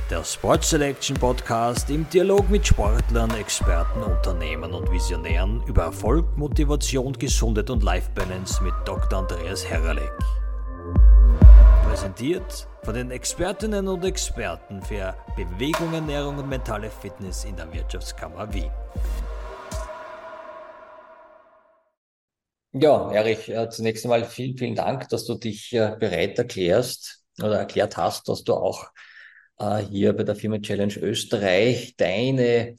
Der Sport Selection Podcast im Dialog mit Sportlern, Experten, Unternehmern und Visionären über Erfolg, Motivation, Gesundheit und Life Balance mit Dr. Andreas Herralek. Präsentiert von den Expertinnen und Experten für Bewegung, Ernährung und mentale Fitness in der Wirtschaftskammer Wien. Ja, Erich, zunächst einmal vielen Dank, dass du dich bereit erklärst oder erklärt hast, dass du auch hier bei der Firma Challenge Österreich deine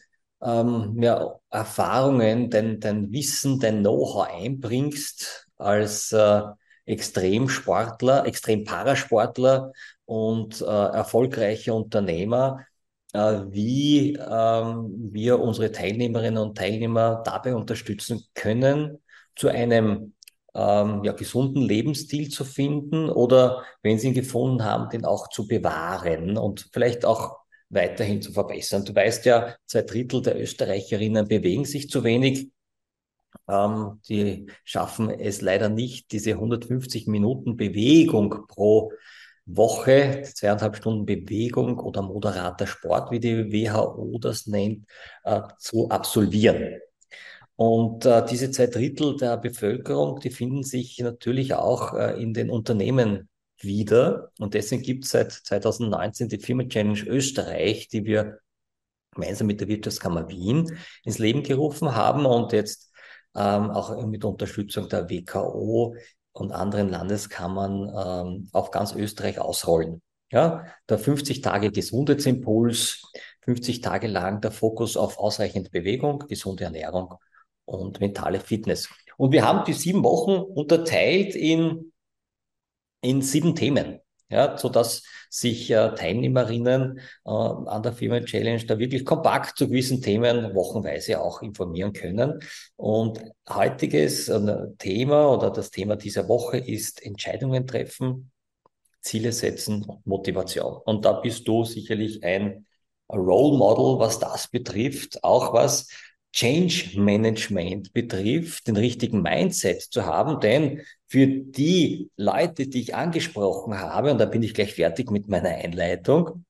Erfahrungen, dein Wissen, dein Know-how einbringst als Extremsportler, Extremparasportler und erfolgreicher Unternehmer, wie wir unsere Teilnehmerinnen und Teilnehmer dabei unterstützen können, zu einem gesunden Lebensstil zu finden oder, wenn sie ihn gefunden haben, den auch zu bewahren und vielleicht auch weiterhin zu verbessern. Du weißt ja, 2/3 der Österreicherinnen bewegen sich zu wenig. Die schaffen es leider nicht, diese 150 Minuten Bewegung pro Woche, 2,5 Stunden Bewegung oder moderater Sport, wie die WHO das nennt, zu absolvieren. Und diese 2/3 der Bevölkerung, die finden sich natürlich auch in den Unternehmen wieder. Und deswegen gibt es seit 2019 die Firma Challenge Österreich, die wir gemeinsam mit der Wirtschaftskammer Wien ins Leben gerufen haben und jetzt auch mit Unterstützung der WKO und anderen Landeskammern auf ganz Österreich ausrollen. Ja, der 50 Tage Gesundheitsimpuls, 50 Tage lang der Fokus auf ausreichend Bewegung, gesunde Ernährung und mentale Fitness. Und wir haben die 7 Wochen unterteilt in 7 Themen, ja, sodass sich Teilnehmerinnen an der Firma Challenge da wirklich kompakt zu gewissen Themen wochenweise auch informieren können. Und heutiges Thema oder das Thema dieser Woche ist Entscheidungen treffen, Ziele setzen und Motivation. Und da bist du sicherlich ein Role Model, was das betrifft, auch was Change Management betrifft, den richtigen Mindset zu haben, denn für die Leute, die ich angesprochen habe, und da bin ich gleich fertig mit meiner Einleitung,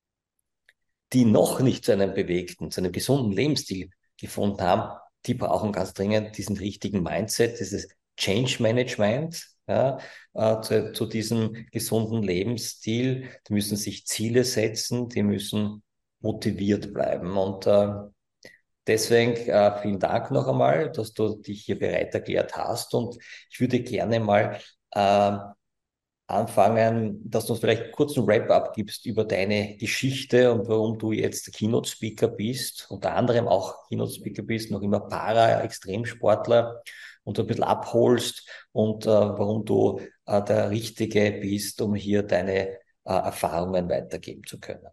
die noch nicht zu einem bewegten, zu einem gesunden Lebensstil gefunden haben, die brauchen ganz dringend diesen richtigen Mindset, dieses Change Management, ja, zu diesem gesunden Lebensstil. Die müssen sich Ziele setzen, die müssen motiviert bleiben. Und deswegen vielen Dank noch einmal, dass du dich hier bereit erklärt hast. Und ich würde gerne mal anfangen, dass du uns vielleicht kurz einen Wrap-up gibst über deine Geschichte und warum du jetzt Keynote-Speaker bist, unter anderem auch Keynote-Speaker bist, noch immer Para-Extremsportler und ein bisschen abholst und warum du der Richtige bist, um hier deine Erfahrungen weitergeben zu können.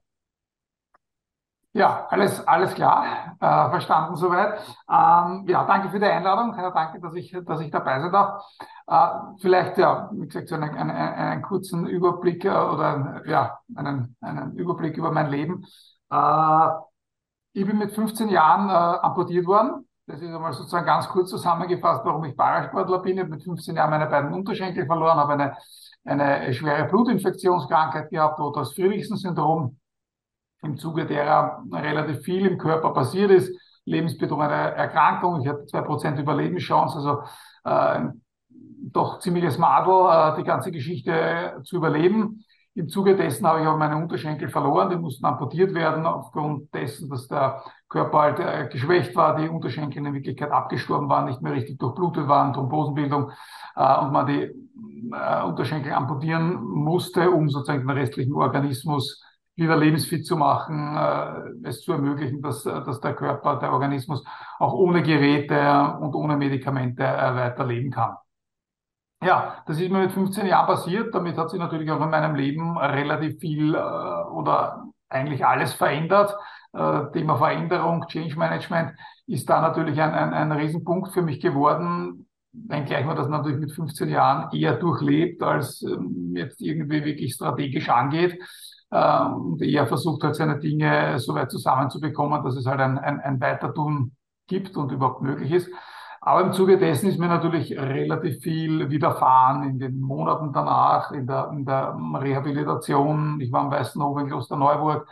Ja, alles klar, verstanden soweit. Ja, danke für die Einladung. Danke, dass ich dabei sein darf. Vielleicht, ja, wie gesagt, so einen kurzen Überblick oder ja, einen Überblick über mein Leben. Ich bin mit 15 Jahren amputiert worden. Das ist einmal sozusagen ganz kurz zusammengefasst, warum ich Parasportler bin. Ich habe mit 15 Jahren meine beiden Unterschenkel verloren, habe eine schwere Blutinfektionskrankheit gehabt, oder das Friedrichsen-Syndrom, im Zuge derer relativ viel im Körper passiert ist, lebensbedrohende Erkrankung. Ich hatte 2% Überlebenschance, also doch ziemliches Madel, die ganze Geschichte zu überleben. Im Zuge dessen habe ich auch meine Unterschenkel verloren, die mussten amputiert werden, aufgrund dessen, dass der Körper halt geschwächt war, die Unterschenkel in Wirklichkeit abgestorben waren, nicht mehr richtig durchblutet waren, Thrombosenbildung, und man die Unterschenkel amputieren musste, um sozusagen den restlichen Organismus wieder lebensfit zu machen, es zu ermöglichen, dass der Körper, der Organismus auch ohne Geräte und ohne Medikamente weiterleben kann. Ja, das ist mir mit 15 Jahren passiert. Damit hat sich natürlich auch in meinem Leben relativ viel oder eigentlich alles verändert. Thema Veränderung, Change Management ist da natürlich ein Riesenpunkt für mich geworden, wenngleich man das natürlich mit 15 Jahren eher durchlebt, als jetzt irgendwie wirklich strategisch angeht. Und eher versucht halt seine Dinge so weit zusammenzubekommen, dass es halt ein Weitertun gibt und überhaupt möglich ist. Aber im Zuge dessen ist mir natürlich relativ viel widerfahren in den Monaten danach, in der Rehabilitation. Ich war am Weißen Hof in Klosterneuburg,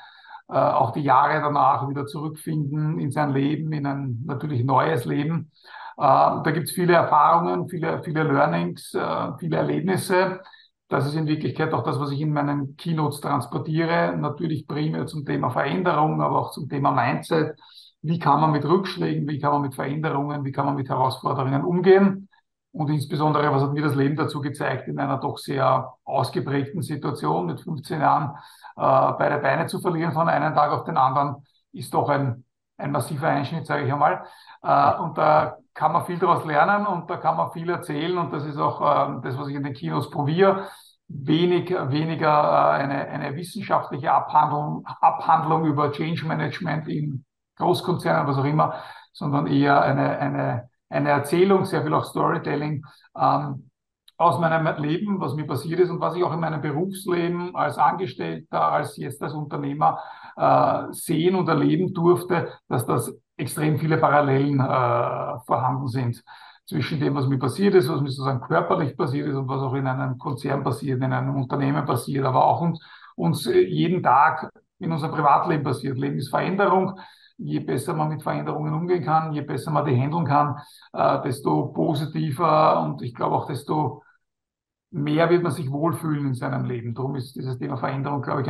auch die Jahre danach wieder zurückfinden in sein Leben, in ein natürlich neues Leben. Da gibt es viele Erfahrungen, viele Learnings, viele Erlebnisse. Das ist in Wirklichkeit auch das, was ich in meinen Keynotes transportiere. Natürlich primär zum Thema Veränderung, aber auch zum Thema Mindset. Wie kann man mit Rückschlägen, wie kann man mit Veränderungen, wie kann man mit Herausforderungen umgehen? Und insbesondere, was hat mir das Leben dazu gezeigt, in einer doch sehr ausgeprägten Situation mit 15 Jahren beide Beine zu verlieren von einem Tag auf den anderen, ist doch ein massiver Einschnitt, sage ich einmal. Und da kann man viel daraus lernen und da kann man viel erzählen. Und das ist auch das, was ich in den Kinos probiere. Weniger eine wissenschaftliche Abhandlung über Change Management in Großkonzernen, was auch immer, sondern eher eine Erzählung, sehr viel auch Storytelling aus meinem Leben, was mir passiert ist und was ich auch in meinem Berufsleben als Angestellter, als jetzt als Unternehmer sehen und erleben durfte, dass das extrem viele Parallelen vorhanden sind zwischen dem, was mir passiert ist, was mir sozusagen körperlich passiert ist und was auch in einem Konzern passiert, in einem Unternehmen passiert, aber auch uns jeden Tag in unserem Privatleben passiert. Leben ist Veränderung. Je besser man mit Veränderungen umgehen kann, je besser man die handeln kann, desto positiver und ich glaube auch, desto mehr wird man sich wohlfühlen in seinem Leben. Darum ist dieses Thema Veränderung, glaube ich,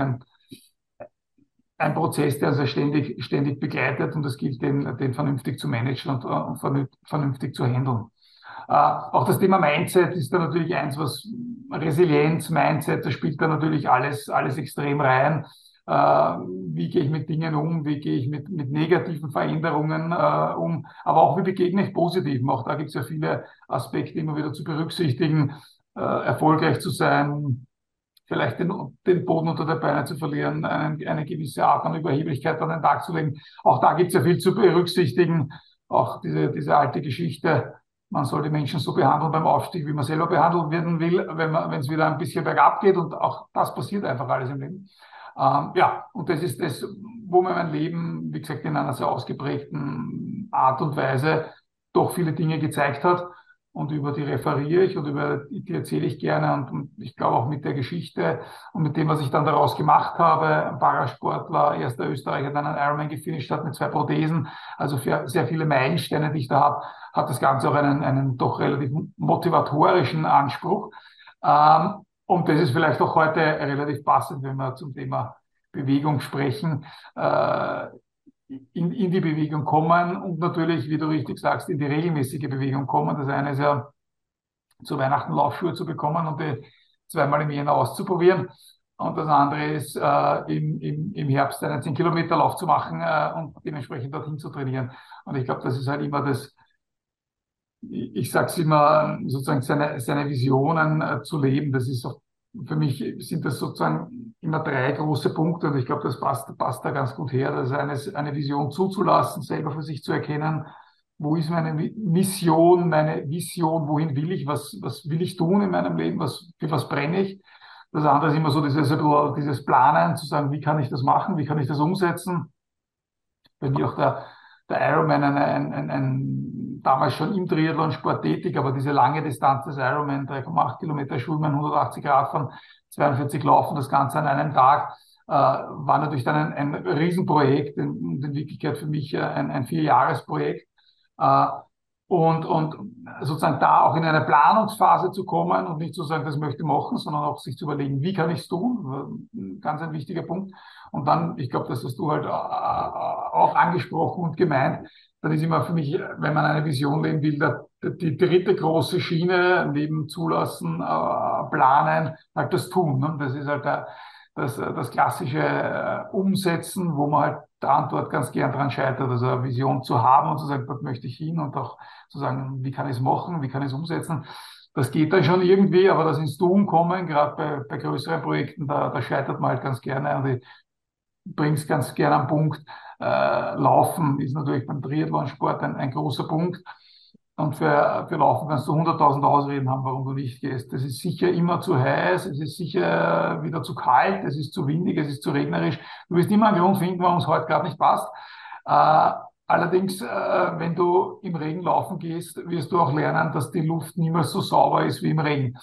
ein Prozess, der uns ständig begleitet und es gilt, den vernünftig zu managen und vernünftig zu handeln. Auch das Thema Mindset ist da natürlich eins, was Resilienz, Mindset, da spielt da natürlich alles extrem rein. Wie gehe ich mit Dingen um, wie gehe ich mit negativen Veränderungen um, aber auch wie begegne ich positiven. Auch da gibt es ja viele Aspekte immer wieder zu berücksichtigen, erfolgreich zu sein, vielleicht den Boden unter der Beine zu verlieren, eine gewisse Art an Überheblichkeit an den Tag zu legen. Auch da gibt es ja viel zu berücksichtigen. Auch diese alte Geschichte, man soll die Menschen so behandeln beim Aufstieg, wie man selber behandelt werden will, wenn es wieder ein bisschen bergab geht. Und auch das passiert einfach alles im Leben. Ja, und das ist das, wo mir mein Leben, wie gesagt, in einer sehr ausgeprägten Art und Weise doch viele Dinge gezeigt hat. Und über die referiere ich und über die erzähle ich gerne. Und ich glaube auch mit der Geschichte und mit dem, was ich dann daraus gemacht habe, ein Parasportler, erster Österreicher, der einen Ironman gefinisht hat mit 2 Prothesen, also für sehr viele Meilensteine, die ich da habe, hat das Ganze auch einen doch relativ motivatorischen Anspruch. Und das ist vielleicht auch heute relativ passend, wenn wir zum Thema Bewegung sprechen, in die Bewegung kommen und natürlich, wie du richtig sagst, in die regelmäßige Bewegung kommen. Das eine ist ja, zu Weihnachten Laufschuhe zu bekommen und die 2-mal im Jahr auszuprobieren. Und das andere ist, im Herbst einen 10-Kilometer-Lauf zu machen und dementsprechend dorthin zu trainieren. Und ich glaube, das ist halt immer das, ich sage es immer, sozusagen seine Visionen zu leben. Das ist auch, für mich sind das sozusagen immer 3 große Punkte und ich glaube, das passt da ganz gut her. Das ist eine Vision zuzulassen, selber für sich zu erkennen, wo ist meine Mission, meine Vision, wohin will ich, was will ich tun in meinem Leben, für was brenne ich. Das andere ist immer so dieses Planen, zu sagen, wie kann ich das machen, wie kann ich das umsetzen. Bei mir auch der Ironman damals schon im Triathlon-Sport tätig, aber diese lange Distanz des Ironman, 3,8 Kilometer Schwimmen, 180 Radfahren, 42 Laufen, das Ganze an einem Tag, war natürlich dann ein Riesenprojekt und in Wirklichkeit für mich ein 4-Jahres-Projekt. Und sozusagen da auch in eine Planungsphase zu kommen und nicht zu sagen, das möchte ich machen, sondern auch sich zu überlegen, wie kann ich es tun? Ganz ein wichtiger Punkt. Und dann, ich glaube, das hast du halt auch angesprochen und gemeint, dann ist immer für mich, wenn man eine Vision leben will, die dritte große Schiene neben Zulassen, Planen, halt das Tun. Ne? Das ist halt das klassische Umsetzen, wo man halt da und dort ganz gern dran scheitert, also eine Vision zu haben und zu sagen, dort möchte ich hin und auch zu sagen, wie kann ich es machen, wie kann ich es umsetzen. Das geht dann schon irgendwie, aber das ins Tun kommen, gerade bei größeren Projekten, da scheitert man halt ganz gerne und ich bringe es ganz gerne am Punkt. Laufen ist natürlich beim Triathlonsport ein großer Punkt. Und für Laufen kannst du 100.000 Ausreden haben, warum du nicht gehst. Das ist sicher immer zu heiß, es ist sicher wieder zu kalt, es ist zu windig, es ist zu regnerisch. Du wirst immer einen Grund finden, warum es heute gerade nicht passt. Allerdings, wenn du im Regen laufen gehst, wirst du auch lernen, dass die Luft niemals so sauber ist wie im Regen.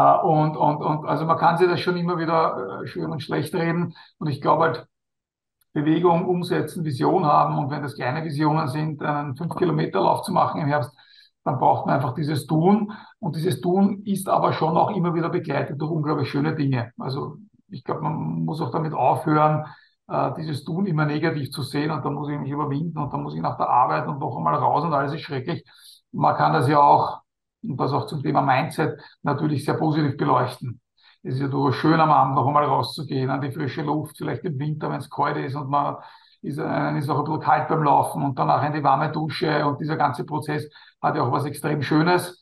Also man kann sich das schon immer wieder schön und schlecht reden. Und ich glaube halt, Bewegung umsetzen, Vision haben. Und wenn das kleine Visionen sind, einen 5-Kilometer-Lauf zu machen im Herbst, dann braucht man einfach dieses Tun. Und dieses Tun ist aber schon auch immer wieder begleitet durch unglaublich schöne Dinge. Also ich glaube, man muss auch damit aufhören, dieses Tun immer negativ zu sehen und dann muss ich mich überwinden und dann muss ich nach der Arbeit und noch einmal raus und alles ist schrecklich. Man kann das ja auch, und das auch zum Thema Mindset, natürlich sehr positiv beleuchten. Es ist ja durchaus schön, am Abend noch einmal rauszugehen, an die frische Luft, vielleicht im Winter, wenn es kalt ist und man ist auch ein bisschen kalt beim Laufen und danach in die warme Dusche und dieser ganze Prozess hat ja auch was extrem Schönes.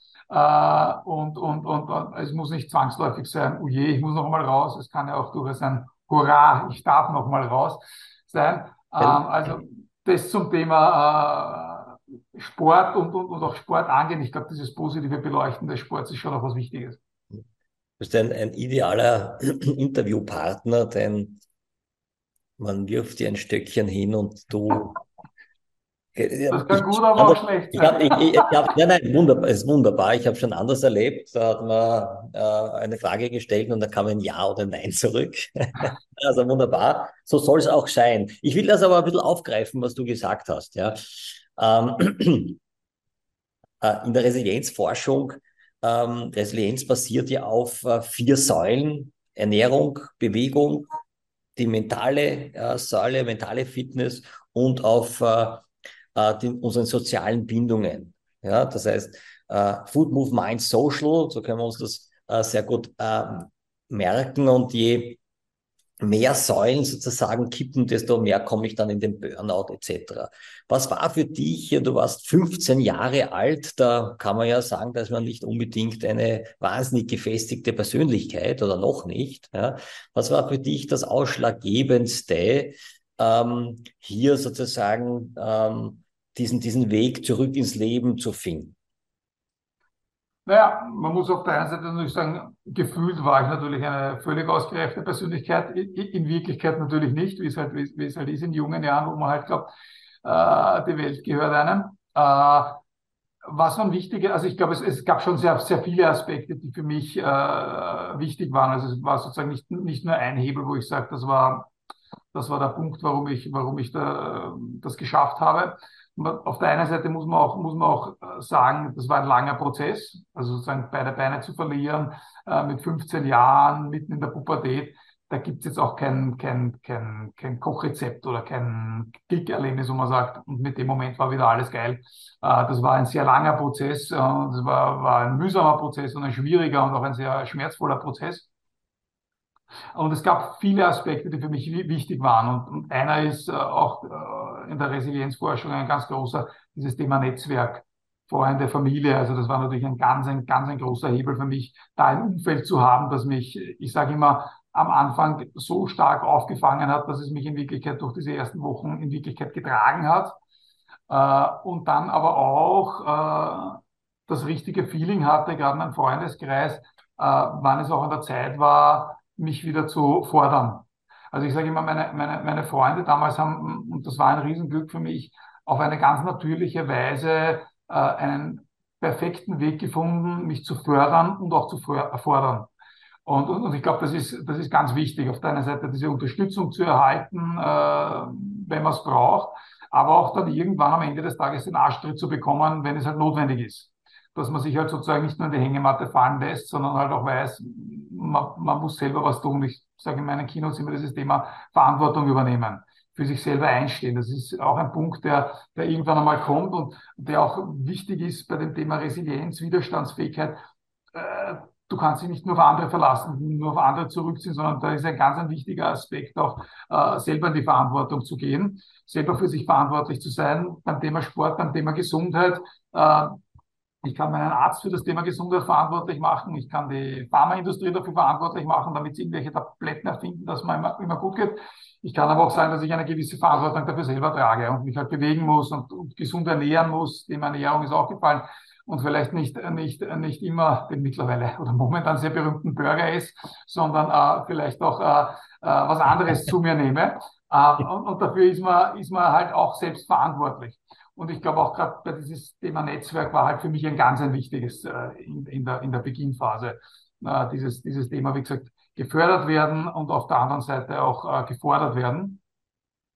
Und es muss nicht zwangsläufig sein, oh je, ich muss noch mal raus. Es kann ja auch durchaus ein Hurra, ich darf noch mal raus sein. Also das zum Thema Sport und auch Sport angehen. Ich glaube, dieses positive Beleuchten des Sports ist schon auch was Wichtiges. Du bist ein idealer Interviewpartner, denn man wirft dir ein Stöckchen hin und du. Das kann gut, aber auch schlecht sein. Nein, wunderbar, ist wunderbar. Ich habe schon anders erlebt. Da hat man eine Frage gestellt und da kam ein Ja oder Nein zurück. Also wunderbar. So soll es auch sein. Ich will das aber ein bisschen aufgreifen, was du gesagt hast. Ja. In der Resilienzforschung, Resilienz basiert ja auf 4 Säulen: Ernährung, Bewegung, die mentale Säule, mentale Fitness und auf unseren sozialen Bindungen. Ja, das heißt, Food, Move, Mind, Social, so können wir uns das sehr gut merken. Und je mehr Säulen sozusagen kippen, desto mehr komme ich dann in den Burnout etc. Was war für dich, du warst 15 Jahre alt, da kann man ja sagen, dass man nicht unbedingt eine wahnsinnig gefestigte Persönlichkeit oder noch nicht. Ja. Was war für dich das Ausschlaggebendste, hier sozusagen diesen Weg zurück ins Leben zu finden? Naja, man muss auf der einen Seite natürlich sagen, gefühlt war ich natürlich eine völlig ausgereifte Persönlichkeit. In Wirklichkeit natürlich nicht, wie es halt ist in jungen Jahren, wo man halt glaubt, die Welt gehört einem. Was waren wichtige, also ich glaube, es gab schon sehr, sehr viele Aspekte, die für mich wichtig waren. Also es war sozusagen nicht nur ein Hebel, wo ich sage, das war der Punkt, warum ich das geschafft habe. Auf der einen Seite muss man auch sagen, das war ein langer Prozess, also sozusagen beide Beine zu verlieren, mit 15 Jahren, mitten in der Pubertät. Da gibt's jetzt auch kein Kochrezept oder kein Klickerlebnis, wo man sagt, und mit dem Moment war wieder alles geil. Das war ein sehr langer Prozess, das war ein mühsamer Prozess und ein schwieriger und auch ein sehr schmerzvoller Prozess. Und es gab viele Aspekte, die für mich wichtig waren. Und einer ist auch in der Resilienzforschung ein ganz großer, dieses Thema Netzwerk, Freunde, Familie. Also das war natürlich ein ganz ein großer Hebel für mich, da ein Umfeld zu haben, das mich, ich sage immer, am Anfang so stark aufgefangen hat, dass es mich in Wirklichkeit durch diese ersten Wochen in Wirklichkeit getragen hat. Und dann aber auch das richtige Feeling hatte, gerade mein Freundeskreis, wann es auch an der Zeit war, mich wieder zu fordern. Also ich sage immer, meine Freunde damals haben, und das war ein Riesenglück für mich, auf eine ganz natürliche Weise einen perfekten Weg gefunden, mich zu fördern und auch zu fordern. Und ich glaube, das ist ganz wichtig, auf der einen Seite diese Unterstützung zu erhalten, wenn man es braucht, aber auch dann irgendwann am Ende des Tages den Arschtritt zu bekommen, wenn es halt notwendig ist. Dass man sich halt sozusagen nicht nur in die Hängematte fallen lässt, sondern halt auch weiß, man muss selber was tun. Ich sage in meinen Kinos immer dieses Thema Verantwortung übernehmen, für sich selber einstehen. Das ist auch ein Punkt, der irgendwann einmal kommt und der auch wichtig ist bei dem Thema Resilienz, Widerstandsfähigkeit. Du kannst dich nicht nur auf andere verlassen, nur auf andere zurückziehen, sondern da ist ein ganz wichtiger Aspekt auch, selber in die Verantwortung zu gehen, selber für sich verantwortlich zu sein, beim Thema Sport, beim Thema Gesundheit. Ich kann meinen Arzt für das Thema Gesundheit verantwortlich machen. Ich kann die Pharmaindustrie dafür verantwortlich machen, damit sie irgendwelche Tabletten erfinden, dass man immer gut geht. Ich kann aber auch sagen, dass ich eine gewisse Verantwortung dafür selber trage und mich halt bewegen muss und gesund ernähren muss. Thema Ernährung ist auch gefallen. Und vielleicht nicht immer den mittlerweile oder momentan sehr berühmten Burger esse, sondern vielleicht auch was anderes zu mir nehme. Und dafür ist man halt auch selbst verantwortlich. Und ich glaube auch gerade bei dieses Thema Netzwerk war halt für mich ein ganz ein wichtiges in der Beginnphase. Dieses Thema, wie gesagt, gefördert werden und auf der anderen Seite auch gefordert werden.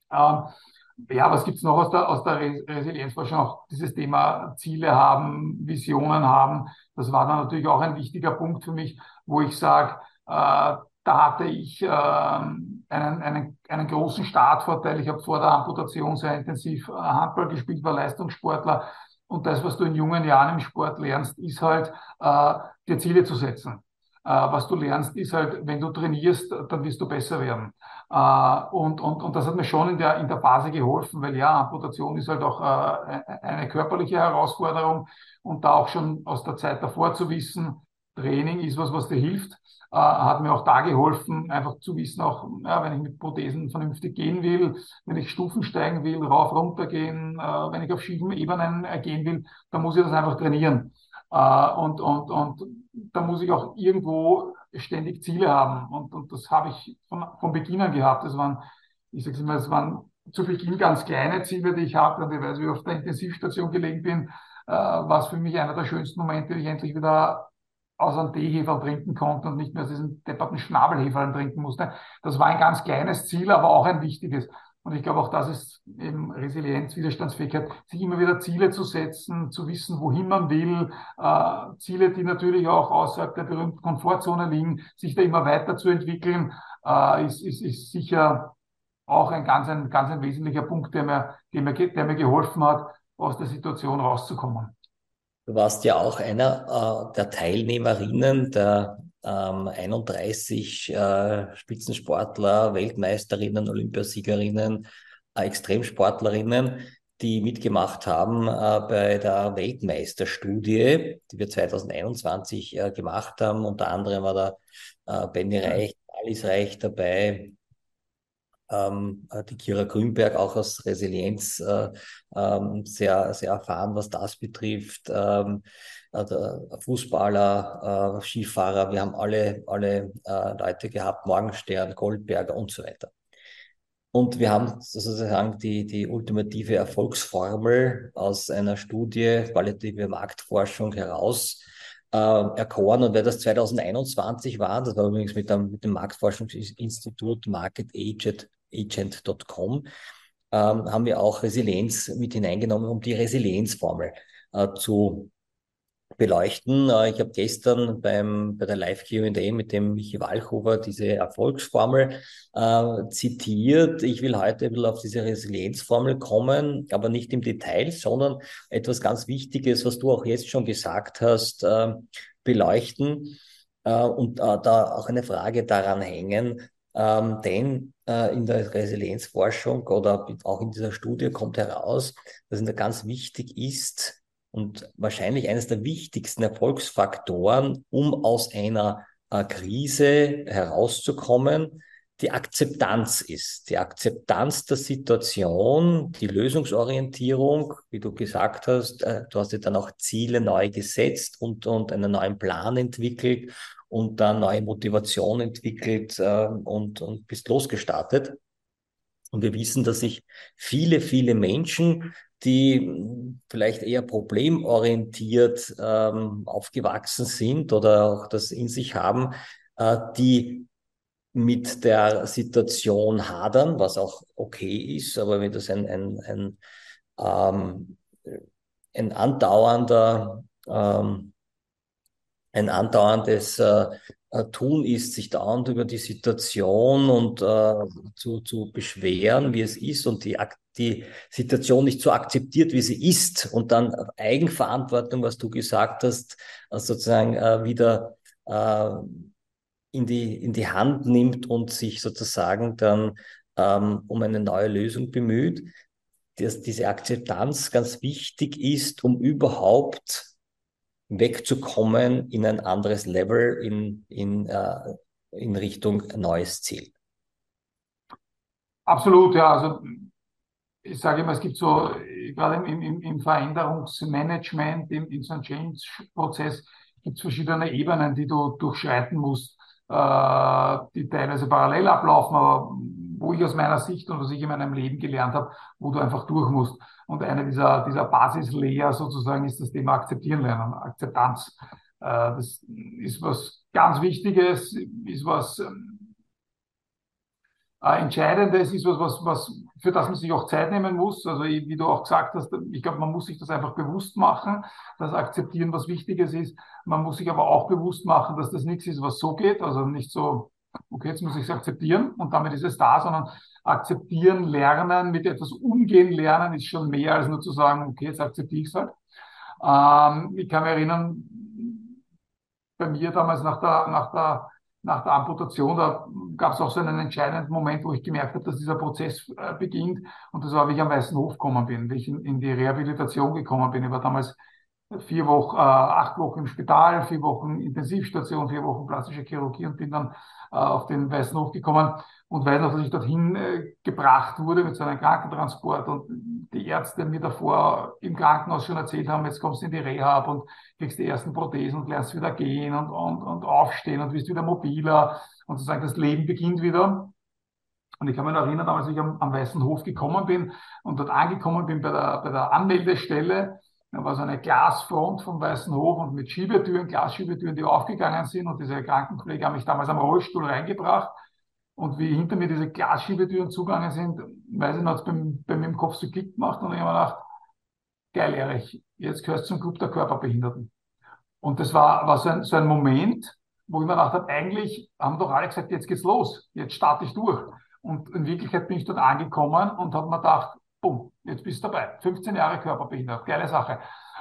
Ja, was gibt's noch aus der Resilienzforschung? Auch dieses Thema Ziele haben, Visionen haben. Das war dann natürlich auch ein wichtiger Punkt für mich, wo ich sage, da hatte ich einen großen Startvorteil. Ich habe vor der Amputation sehr intensiv Handball gespielt, war Leistungssportler. Und das, was du in jungen Jahren im Sport lernst, ist halt, dir Ziele zu setzen. Was du lernst, ist halt, wenn du trainierst, dann wirst du besser werden. Und das hat mir schon in der Phase geholfen, weil ja, Amputation ist halt auch eine körperliche Herausforderung und da auch schon aus der Zeit davor zu wissen, Training ist was, was dir hilft, hat mir auch da geholfen, einfach zu wissen, auch ja, wenn ich mit Prothesen vernünftig gehen will, wenn ich Stufen steigen will, rauf, runter gehen, wenn ich auf schiefen Ebenen gehen will, dann muss ich das einfach trainieren. Und da muss ich auch irgendwo ständig Ziele haben. Und das habe ich von Beginn an gehabt. Ich sage immer, es waren zu Beginn ganz kleine Ziele, die ich hatte. Und ich weiß, wie ich auf der Intensivstation gelegen bin, war es für mich einer der schönsten Momente, wie ich endlich wieder aus einem Teeheferl trinken konnte und nicht mehr aus diesen depperten Schnabelheferln trinken musste. Das war ein ganz kleines Ziel, aber auch ein wichtiges. Und ich glaube, auch das ist eben Resilienz, Widerstandsfähigkeit, sich immer wieder Ziele zu setzen, zu wissen, wohin man will, Ziele, die natürlich auch außerhalb der berühmten Komfortzone liegen, sich da immer weiterzuentwickeln, ist sicher auch ein ganz ein wesentlicher Punkt, der mir geholfen hat, aus der Situation rauszukommen. Du warst ja auch einer der Teilnehmerinnen der 31 Spitzensportler, Weltmeisterinnen, Olympiasiegerinnen, Extremsportlerinnen, die mitgemacht haben bei der Weltmeisterstudie, die wir 2021 gemacht haben. Unter anderem war da Benny Reich, Alice Reich dabei, die Kira Grünberg auch aus Resilienz sehr, sehr erfahren, was das betrifft. Fußballer, Skifahrer, wir haben alle Leute gehabt, Morgenstern, Goldberger und so weiter. Und wir haben sozusagen die ultimative Erfolgsformel aus einer Studie, qualitative Marktforschung heraus erkoren. Und weil das 2021 war, das war übrigens mit dem Marktforschungsinstitut marketagent.com, haben wir auch Resilienz mit hineingenommen, um die Resilienzformel zu beleuchten. Ich habe gestern bei der Live-Q&A mit dem Michi Walchover diese Erfolgsformel zitiert. Ich will heute ein bisschen auf diese Resilienzformel kommen, aber nicht im Detail, sondern etwas ganz Wichtiges, was du auch jetzt schon gesagt hast, beleuchten und da auch eine Frage daran hängen. Denn in der Resilienzforschung oder auch in dieser Studie kommt heraus, dass es ganz wichtig ist, und wahrscheinlich eines der wichtigsten Erfolgsfaktoren, um aus einer Krise herauszukommen, die Akzeptanz ist. Die Akzeptanz der Situation, die Lösungsorientierung, wie du gesagt hast, du hast dir dann auch Ziele neu gesetzt und einen neuen Plan entwickelt und dann neue Motivation entwickelt und bist losgestartet. Und wir wissen, dass sich viele Menschen, die vielleicht eher problemorientiert aufgewachsen sind oder auch das in sich haben, die mit der Situation hadern, was auch okay ist, aber wenn das ein andauerndes Tun ist, sich dauernd über die Situation und zu beschweren, wie es ist und die Situation nicht so akzeptiert, wie sie ist und dann Eigenverantwortung, was du gesagt hast, sozusagen wieder in die Hand nimmt und sich sozusagen dann um eine neue Lösung bemüht, dass diese Akzeptanz ganz wichtig ist, um überhaupt wegzukommen in ein anderes Level, in Richtung neues Ziel. Absolut, ja. Also ich sage immer, es gibt so, gerade im Veränderungsmanagement, in so einem Change-Prozess, gibt es verschiedene Ebenen, die du durchschreiten musst, die teilweise parallel ablaufen, aber wo ich aus meiner Sicht und was ich in meinem Leben gelernt habe, wo du einfach durch musst. Und eine dieser Basislayer sozusagen ist das Thema Akzeptieren lernen, Akzeptanz. Das ist was ganz Wichtiges, ist was Entscheidendes ist für das man sich auch Zeit nehmen muss. Also wie du auch gesagt hast, ich glaube, man muss sich das einfach bewusst machen, dass akzeptieren was Wichtiges ist. Man muss sich aber auch bewusst machen, dass das nichts ist, was so geht. Also nicht so, okay, jetzt muss ich es akzeptieren und damit ist es da, sondern akzeptieren, lernen, mit etwas umgehen lernen ist schon mehr als nur zu sagen, okay, jetzt akzeptiere ich es halt. Ich kann mich erinnern, bei mir damals nach der Amputation, da gab es auch so einen entscheidenden Moment, wo ich gemerkt habe, dass dieser Prozess beginnt. Und das war, wie ich am Weißen Hof gekommen bin, wie ich in die Rehabilitation gekommen bin. Ich war damals 4 Wochen, 8 Wochen im Spital, 4 Wochen Intensivstation, 4 Wochen plastische Chirurgie und bin dann auf den Weißen Hof gekommen und weiß noch, dass ich dorthin gebracht wurde mit so einem Krankentransport und die Ärzte mir davor im Krankenhaus schon erzählt haben, jetzt kommst du in die Rehab und kriegst die ersten Prothesen und lernst wieder gehen und aufstehen und wirst wieder mobiler und sozusagen das Leben beginnt wieder. Und ich kann mich noch erinnern, als ich am Weißen Hof gekommen bin und dort angekommen bin bei der Anmeldestelle, da war so eine Glasfront vom Weißen Hof und mit Schiebetüren, Glasschiebetüren, die aufgegangen sind. Und diese Krankenkollegen haben mich damals am Rollstuhl reingebracht. Und wie hinter mir diese Glasschiebetüren zugegangen sind, weiß ich noch, hat es bei mir im Kopf so Klick gemacht. Und ich habe mir gedacht, geil, Erich, jetzt gehörst du zum Club der Körperbehinderten. Und das war so ein Moment, wo ich mir gedacht habe, eigentlich haben doch alle gesagt, jetzt geht's los, jetzt starte ich durch. Und in Wirklichkeit bin ich dort angekommen und habe mir gedacht, bumm, jetzt bist du dabei. 15 Jahre körperbehindert, geile Sache.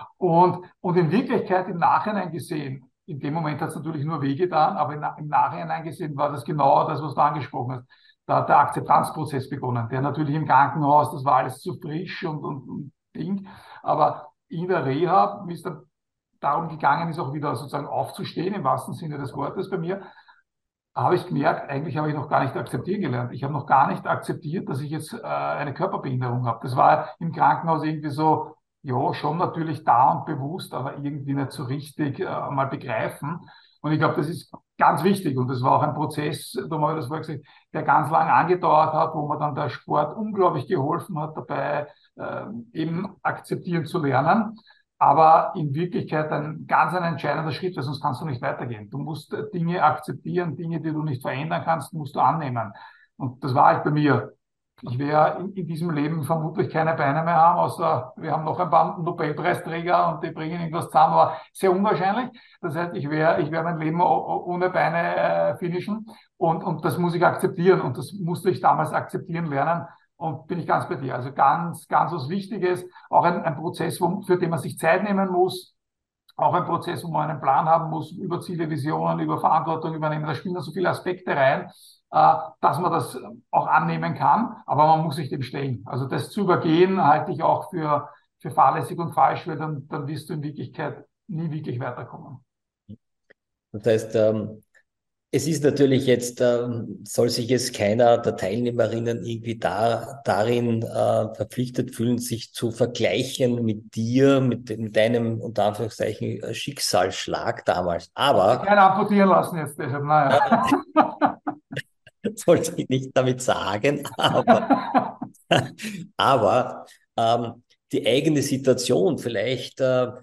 Und in Wirklichkeit im Nachhinein gesehen, in dem Moment hat es natürlich nur wehgetan, aber im Nachhinein gesehen war das genau das, was du angesprochen hast. Da hat der Akzeptanzprozess begonnen, der natürlich im Krankenhaus, das war alles zu frisch und Ding. Aber in der Reha, wie es dann darum gegangen ist, auch wieder sozusagen aufzustehen, im wahrsten Sinne des Wortes bei mir, habe ich gemerkt, eigentlich habe ich noch gar nicht akzeptieren gelernt. Ich habe noch gar nicht akzeptiert, dass ich jetzt eine Körperbehinderung habe. Das war im Krankenhaus irgendwie so, ja, schon natürlich da und bewusst, aber irgendwie nicht so richtig mal begreifen. Und ich glaube, das ist ganz wichtig. Und das war auch ein Prozess, da habe ich das vorher gesagt, der ganz lange angedauert hat, wo mir dann der Sport unglaublich geholfen hat, dabei eben akzeptieren zu lernen. Aber in Wirklichkeit ein entscheidender Schritt, weil sonst kannst du nicht weitergehen. Du musst Dinge akzeptieren, Dinge, die du nicht verändern kannst, musst du annehmen. Und das war halt bei mir. Ich werde in diesem Leben vermutlich keine Beine mehr haben, außer wir haben noch ein paar Nobelpreisträger und die bringen irgendwas zusammen, aber sehr unwahrscheinlich. Das heißt, ich werde mein Leben ohne Beine finishen und das muss ich akzeptieren und das musste ich damals akzeptieren lernen. Und bin ich ganz bei dir. Also ganz, ganz was Wichtiges. Auch ein Prozess, für den man sich Zeit nehmen muss. Auch ein Prozess, wo man einen Plan haben muss über Ziele, Visionen, über Verantwortung übernehmen. Da spielen da so viele Aspekte rein, dass man das auch annehmen kann. Aber man muss sich dem stellen. Also das zu übergehen, halte ich auch für fahrlässig und falsch, weil dann wirst du in Wirklichkeit nie wirklich weiterkommen. Das heißt, es ist natürlich jetzt, soll sich jetzt keiner der Teilnehmerinnen irgendwie darin verpflichtet fühlen, sich zu vergleichen mit dir, mit deinem, unter Anführungszeichen, Schicksalsschlag damals. Aber Keiner amputieren lassen jetzt deshalb, naja. sollte ich nicht damit sagen, aber die eigene Situation vielleicht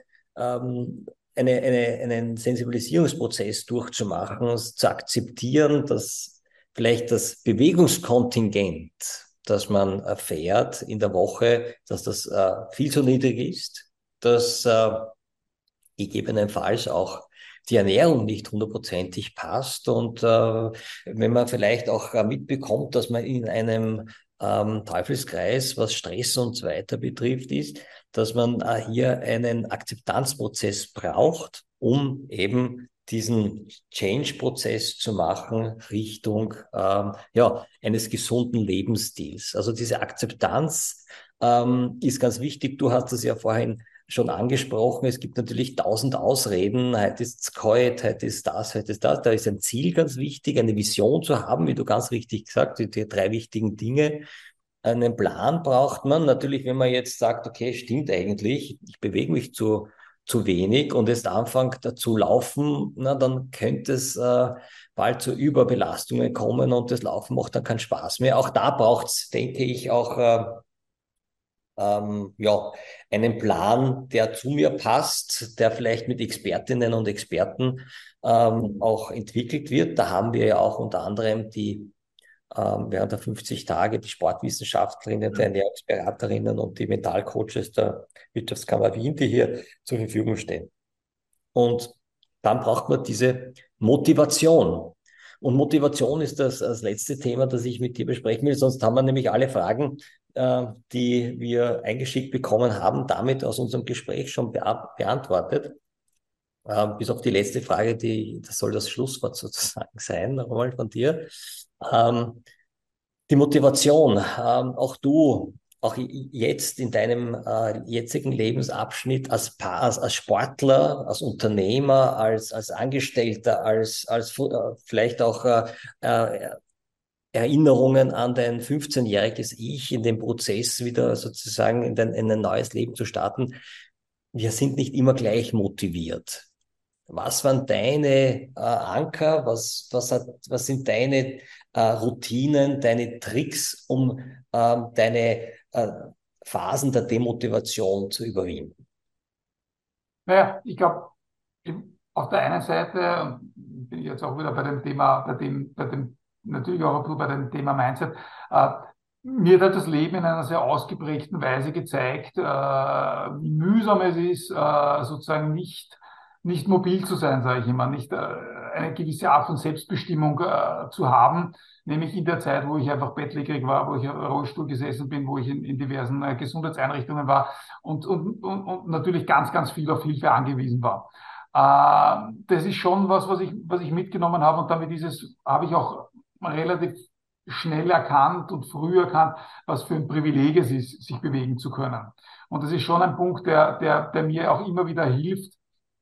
einen Sensibilisierungsprozess durchzumachen, zu akzeptieren, dass vielleicht das Bewegungskontingent, das man erfährt in der Woche, dass das viel zu niedrig ist, dass gegebenenfalls auch die Ernährung nicht hundertprozentig passt und wenn man vielleicht auch mitbekommt, dass man in einem Teufelskreis, was Stress und so weiter betrifft, ist, dass man hier einen Akzeptanzprozess braucht, um eben diesen Change-Prozess zu machen Richtung eines gesunden Lebensstils. Also diese Akzeptanz ist ganz wichtig. Du hast das ja vorhin schon angesprochen. Es gibt natürlich 1000 Ausreden. Heute ist es kalt, heute ist das, heute ist das. Da ist ein Ziel ganz wichtig, eine Vision zu haben, wie du ganz richtig gesagt hast, die 3 wichtigen Dinge. Einen Plan braucht man. Natürlich, wenn man jetzt sagt, okay, stimmt eigentlich, ich bewege mich zu wenig und jetzt anfängt zu laufen, na, dann könnte es bald zu Überbelastungen kommen und das Laufen macht dann keinen Spaß mehr. Auch da braucht es, denke ich, auch einen Plan, der zu mir passt, der vielleicht mit Expertinnen und Experten auch entwickelt wird. Da haben wir ja auch unter anderem die während der 50 Tage die Sportwissenschaftlerinnen, die Ernährungsberaterinnen und die Mentalcoaches der Wirtschaftskammer Wien, die hier zur Verfügung stehen. Und dann braucht man diese Motivation. Und Motivation ist das letzte Thema, das ich mit dir besprechen will. Sonst haben wir nämlich alle Fragen, die wir eingeschickt bekommen haben, damit aus unserem Gespräch schon beantwortet. Bis auf die letzte Frage, das soll das Schlusswort sozusagen sein, nochmal von dir. Die Motivation, auch du, auch jetzt in deinem jetzigen Lebensabschnitt als Sportler, als Unternehmer, als Angestellter, als vielleicht auch Erinnerungen an dein 15-jähriges Ich in dem Prozess wieder sozusagen in ein neues Leben zu starten. Wir sind nicht immer gleich motiviert. Was waren deine Anker? Was sind deine Routinen, deine Tricks, um deine Phasen der Demotivation zu überwinden? Naja, ich glaube, auf der einen Seite bin ich jetzt auch wieder bei dem Thema, natürlich auch ein bisschen bei dem Thema Mindset. Mir hat das Leben in einer sehr ausgeprägten Weise gezeigt, wie mühsam es ist, sozusagen nicht mobil zu sein, sage ich immer, nicht eine gewisse Art von Selbstbestimmung zu haben, nämlich in der Zeit, wo ich einfach bettlägerig war, wo ich im Rollstuhl gesessen bin, wo ich in diversen Gesundheitseinrichtungen war und natürlich ganz, ganz viel auf Hilfe angewiesen war. Das ist schon was ich mitgenommen habe, und damit habe ich auch relativ schnell erkannt und früh erkannt, was für ein Privileg es ist, sich bewegen zu können. Und das ist schon ein Punkt, der mir auch immer wieder hilft,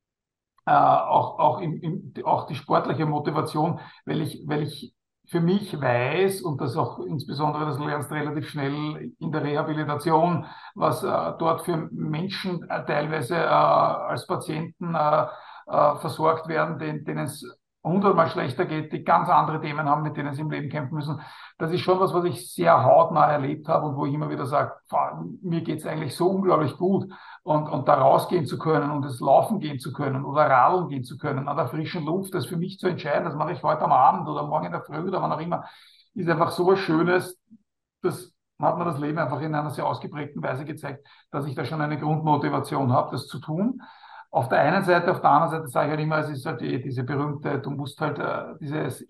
auch die sportliche Motivation, weil ich für mich weiß, und das auch insbesondere, das lernst du relativ schnell in der Rehabilitation, was dort für Menschen teilweise als Patienten versorgt werden, denen es 100-mal schlechter geht, die ganz andere Themen haben, mit denen sie im Leben kämpfen müssen. Das ist schon was ich sehr hautnah erlebt habe und wo ich immer wieder sage, mir geht's eigentlich so unglaublich gut. Und da rausgehen zu können und das Laufen gehen zu können oder Radeln gehen zu können an der frischen Luft, das für mich zu entscheiden, das mache ich heute am Abend oder morgen in der Früh oder wann auch immer, ist einfach so was Schönes. Das hat mir das Leben einfach in einer sehr ausgeprägten Weise gezeigt, dass ich da schon eine Grundmotivation habe, das zu tun. Auf der einen Seite, auf der anderen Seite sage ich halt immer, es ist halt diese berühmte, du musst halt dieses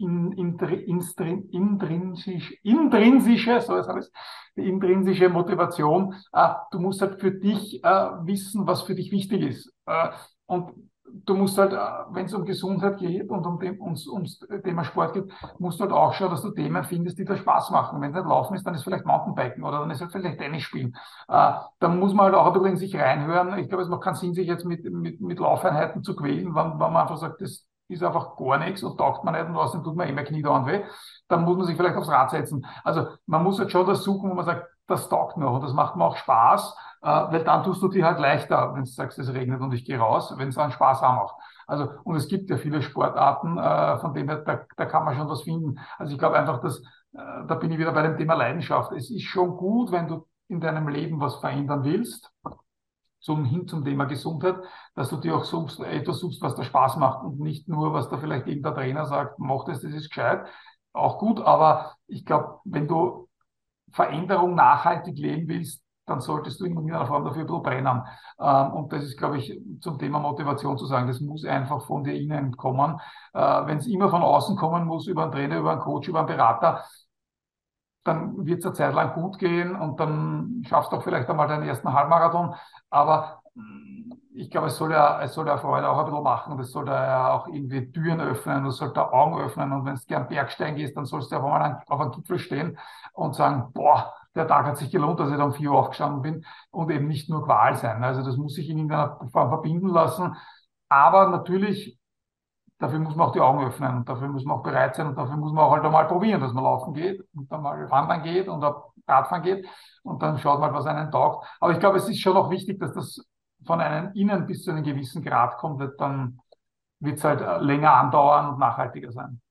intrinsische, so ist alles, die intrinsische Motivation, du musst halt für dich wissen, was für dich wichtig ist. Und du musst halt, wenn es um Gesundheit geht und ums Thema Sport geht, musst du halt auch schauen, dass du Themen findest, die dir Spaß machen. Wenn es nicht Laufen ist, dann ist vielleicht Mountainbiken oder dann ist halt vielleicht Tennis spielen. Dann muss man halt auch ein bisschen in sich reinhören. Ich glaube, es macht keinen Sinn, sich jetzt mit Laufeinheiten zu quälen, wenn man einfach sagt, das ist einfach gar nichts und taugt man nicht und außerdem tut man immer Knie da und weh. Dann muss man sich vielleicht aufs Rad setzen. Also man muss halt schon das suchen, wo man sagt, das taugt noch und das macht mir auch Spaß. Weil dann tust du dir halt leichter, wenn du sagst, es regnet und ich gehe raus, wenn es dann Spaß auch macht. Also, und es gibt ja viele Sportarten, von denen da kann man schon was finden. Also ich glaube einfach, dass, da bin ich wieder bei dem Thema Leidenschaft. Es ist schon gut, wenn du in deinem Leben was verändern willst, hin zum Thema Gesundheit, dass du dir auch etwas suchst, was dir Spaß macht und nicht nur, was da vielleicht irgendein Trainer sagt, mach das ist gescheit. Auch gut, aber ich glaube, wenn du Veränderung nachhaltig leben willst, dann solltest du in irgendeiner Form dafür ein bisschen brennen. Und das ist, glaube ich, zum Thema Motivation zu sagen, das muss einfach von dir innen kommen. Wenn es immer von außen kommen muss, über einen Trainer, über einen Coach, über einen Berater, dann wird es eine Zeit lang gut gehen und dann schaffst du auch vielleicht einmal deinen ersten Halbmarathon. Aber ich glaube, es soll ja Freude auch ein bisschen machen. Das soll da ja auch irgendwie Türen öffnen, das soll da Augen öffnen. Und wenn du gern Bergsteigen gehst, dann sollst du auch mal auf einem Gipfel stehen und sagen, boah, der Tag hat sich gelohnt, dass ich da um 4 Uhr aufgestanden bin und eben nicht nur Qual sein. Also das muss sich in irgendeiner Form verbinden lassen. Aber natürlich, dafür muss man auch die Augen öffnen und dafür muss man auch bereit sein und dafür muss man auch halt einmal probieren, dass man laufen geht und dann mal wandern geht und auch Radfahren geht und dann schaut mal, was einen taugt. Aber ich glaube, es ist schon auch wichtig, dass das von einem innen bis zu einem gewissen Grad kommt, dann wird es halt länger andauern und nachhaltiger sein.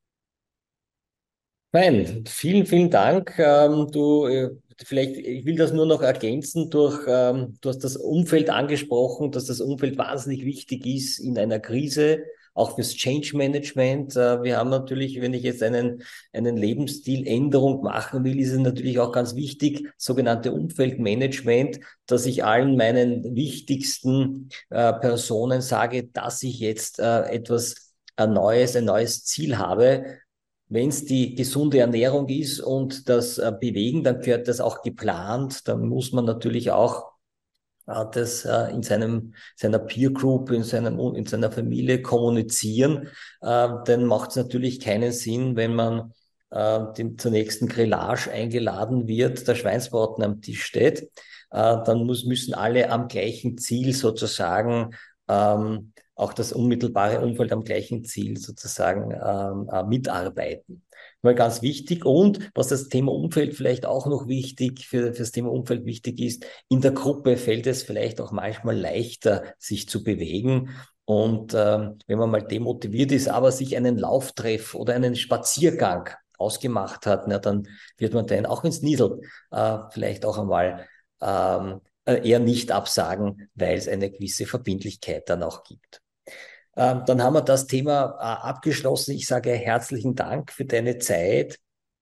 Fein, vielen, vielen Dank. Vielleicht, ich will das nur noch ergänzen du hast das Umfeld angesprochen, dass das Umfeld wahnsinnig wichtig ist in einer Krise, auch fürs Change Management. Wir haben natürlich, wenn ich jetzt einen Lebensstiländerung machen will, ist es natürlich auch ganz wichtig, sogenannte Umfeldmanagement, dass ich allen meinen wichtigsten Personen sage, dass ich jetzt ein neues Ziel habe. Wenn es die gesunde Ernährung ist und das Bewegen, dann gehört das auch geplant. Dann muss man natürlich auch das in seiner Peer Group, in seiner Familie kommunizieren. Dann macht es natürlich keinen Sinn, wenn man zur nächsten Grillage eingeladen wird, der Schweinsbraten am Tisch steht. Dann müssen alle am gleichen Ziel sozusagen auch das unmittelbare Umfeld am gleichen Ziel sozusagen mitarbeiten. Mal ganz wichtig. Und was das Thema Umfeld vielleicht auch noch für das Thema Umfeld wichtig ist, in der Gruppe fällt es vielleicht auch manchmal leichter, sich zu bewegen. Und wenn man mal demotiviert ist, aber sich einen Lauftreff oder einen Spaziergang ausgemacht hat, na, dann wird man den auch ins Niesel vielleicht auch einmal eher nicht absagen, weil es eine gewisse Verbindlichkeit dann auch gibt. Dann haben wir das Thema abgeschlossen. Ich sage herzlichen Dank für deine Zeit.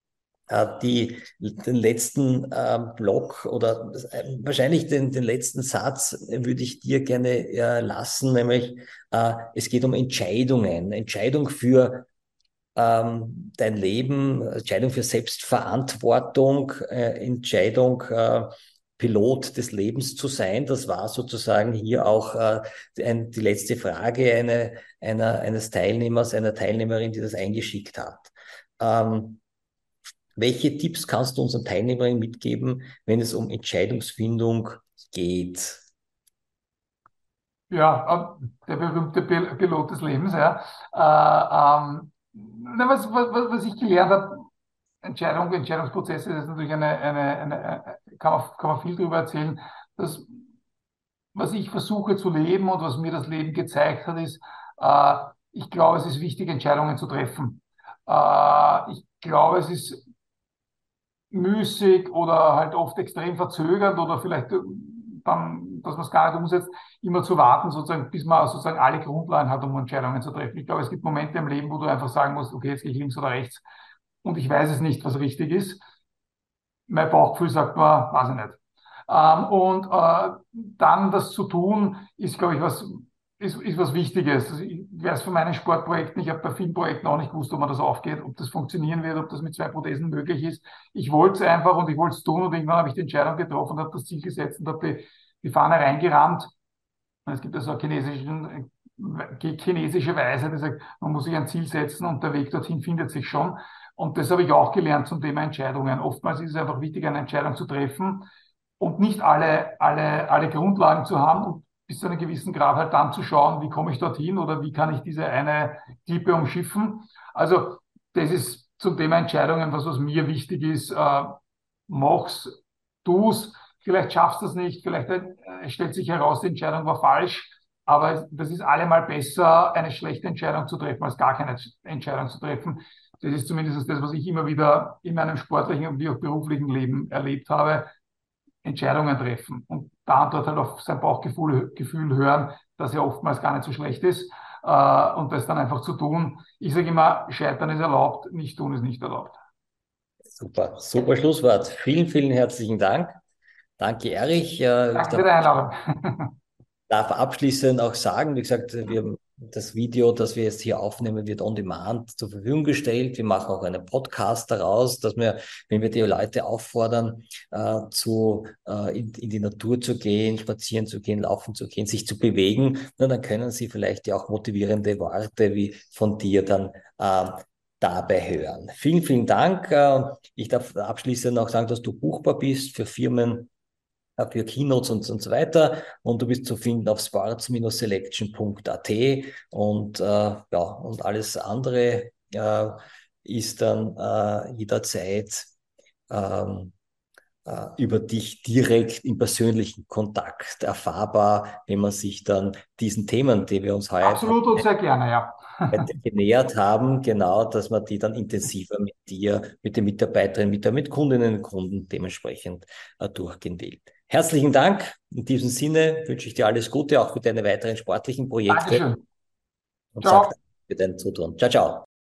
Den letzten Block oder wahrscheinlich den letzten Satz würde ich dir gerne lassen, nämlich es geht um Entscheidungen. Entscheidung für dein Leben, Entscheidung für Selbstverantwortung, Entscheidung Pilot des Lebens zu sein. Das war sozusagen hier auch die letzte Frage eines Teilnehmers, einer Teilnehmerin, die das eingeschickt hat. Welche Tipps kannst du unseren Teilnehmerinnen mitgeben, wenn es um Entscheidungsfindung geht? Ja, der berühmte Pilot des Lebens, ja. Was ich gelernt habe, Entscheidungsprozesse, das ist natürlich kann man viel darüber erzählen. Was ich versuche zu leben und was mir das Leben gezeigt hat, ist, ich glaube, es ist wichtig, Entscheidungen zu treffen. Ich glaube, es ist müßig oder halt oft extrem verzögert oder vielleicht dann, dass man es gar nicht umsetzt, immer zu warten, sozusagen, bis man sozusagen alle Grundlagen hat, um Entscheidungen zu treffen. Ich glaube, es gibt Momente im Leben, wo du einfach sagen musst, okay, jetzt gehe ich links oder rechts und ich weiß es nicht, was richtig ist. Mein Bauchgefühl sagt mir, weiß ich nicht. Dann das zu tun, ist, glaube ich, was Wichtiges. Also ich weiß von meinen Sportprojekten, ich habe bei vielen Projekten auch nicht gewusst, ob man das aufgeht, ob das funktionieren wird, ob das mit 2 Prothesen möglich ist. Ich wollte es einfach und ich wollte es tun und irgendwann habe ich die Entscheidung getroffen und habe das Ziel gesetzt und habe die Fahne reingerammt. Und es gibt also eine chinesische Weise, die sagt, man muss sich ein Ziel setzen und der Weg dorthin findet sich schon. Und das habe ich auch gelernt zum Thema Entscheidungen. Oftmals ist es einfach wichtig, eine Entscheidung zu treffen und nicht alle Grundlagen zu haben und bis zu einem gewissen Grad halt dann zu schauen, wie komme ich dorthin oder wie kann ich diese eine Klippe umschiffen. Also das ist zum Thema Entscheidungen, was mir wichtig ist. Mach's, tu's, vielleicht schaffst du es nicht, vielleicht stellt sich heraus, die Entscheidung war falsch, aber das ist allemal besser, eine schlechte Entscheidung zu treffen, als gar keine Entscheidung zu treffen. Das ist zumindest das, was ich immer wieder in meinem sportlichen und wie auch beruflichen Leben erlebt habe. Entscheidungen treffen und da und dort halt auf sein Bauchgefühl hören, das ja oftmals gar nicht so schlecht ist und das dann einfach zu tun. Ich sage immer, Scheitern ist erlaubt, nicht tun ist nicht erlaubt. Super, super Schlusswort. Vielen, vielen herzlichen Dank. Danke, Erich. Danke für die Einladung. Darf abschließend auch sagen, wie gesagt, das Video, das wir jetzt hier aufnehmen, wird on demand zur Verfügung gestellt. Wir machen auch einen Podcast daraus, dass wir, wenn wir die Leute auffordern, in die Natur zu gehen, spazieren zu gehen, laufen zu gehen, sich zu bewegen, dann können sie vielleicht ja auch motivierende Worte wie von dir dann dabei hören. Vielen, vielen Dank. Ich darf abschließend auch sagen, dass du buchbar bist für Firmen, für Keynotes und so weiter. Und du bist zu finden auf sports-selection.at und und alles andere ist dann jederzeit über dich direkt im persönlichen Kontakt erfahrbar, wenn man sich dann diesen Themen, die wir uns heute absolut und sehr gerne, ja. genähert haben, genau, dass man die dann intensiver mit dir, mit den Mitarbeiterinnen, mit Kundinnen und Kunden dementsprechend durchgehen will. Herzlichen Dank. In diesem Sinne wünsche ich dir alles Gute, auch für deine weiteren sportlichen Projekte. Dankeschön. Und Ciao. sag für dein Zutun. Ciao, ciao.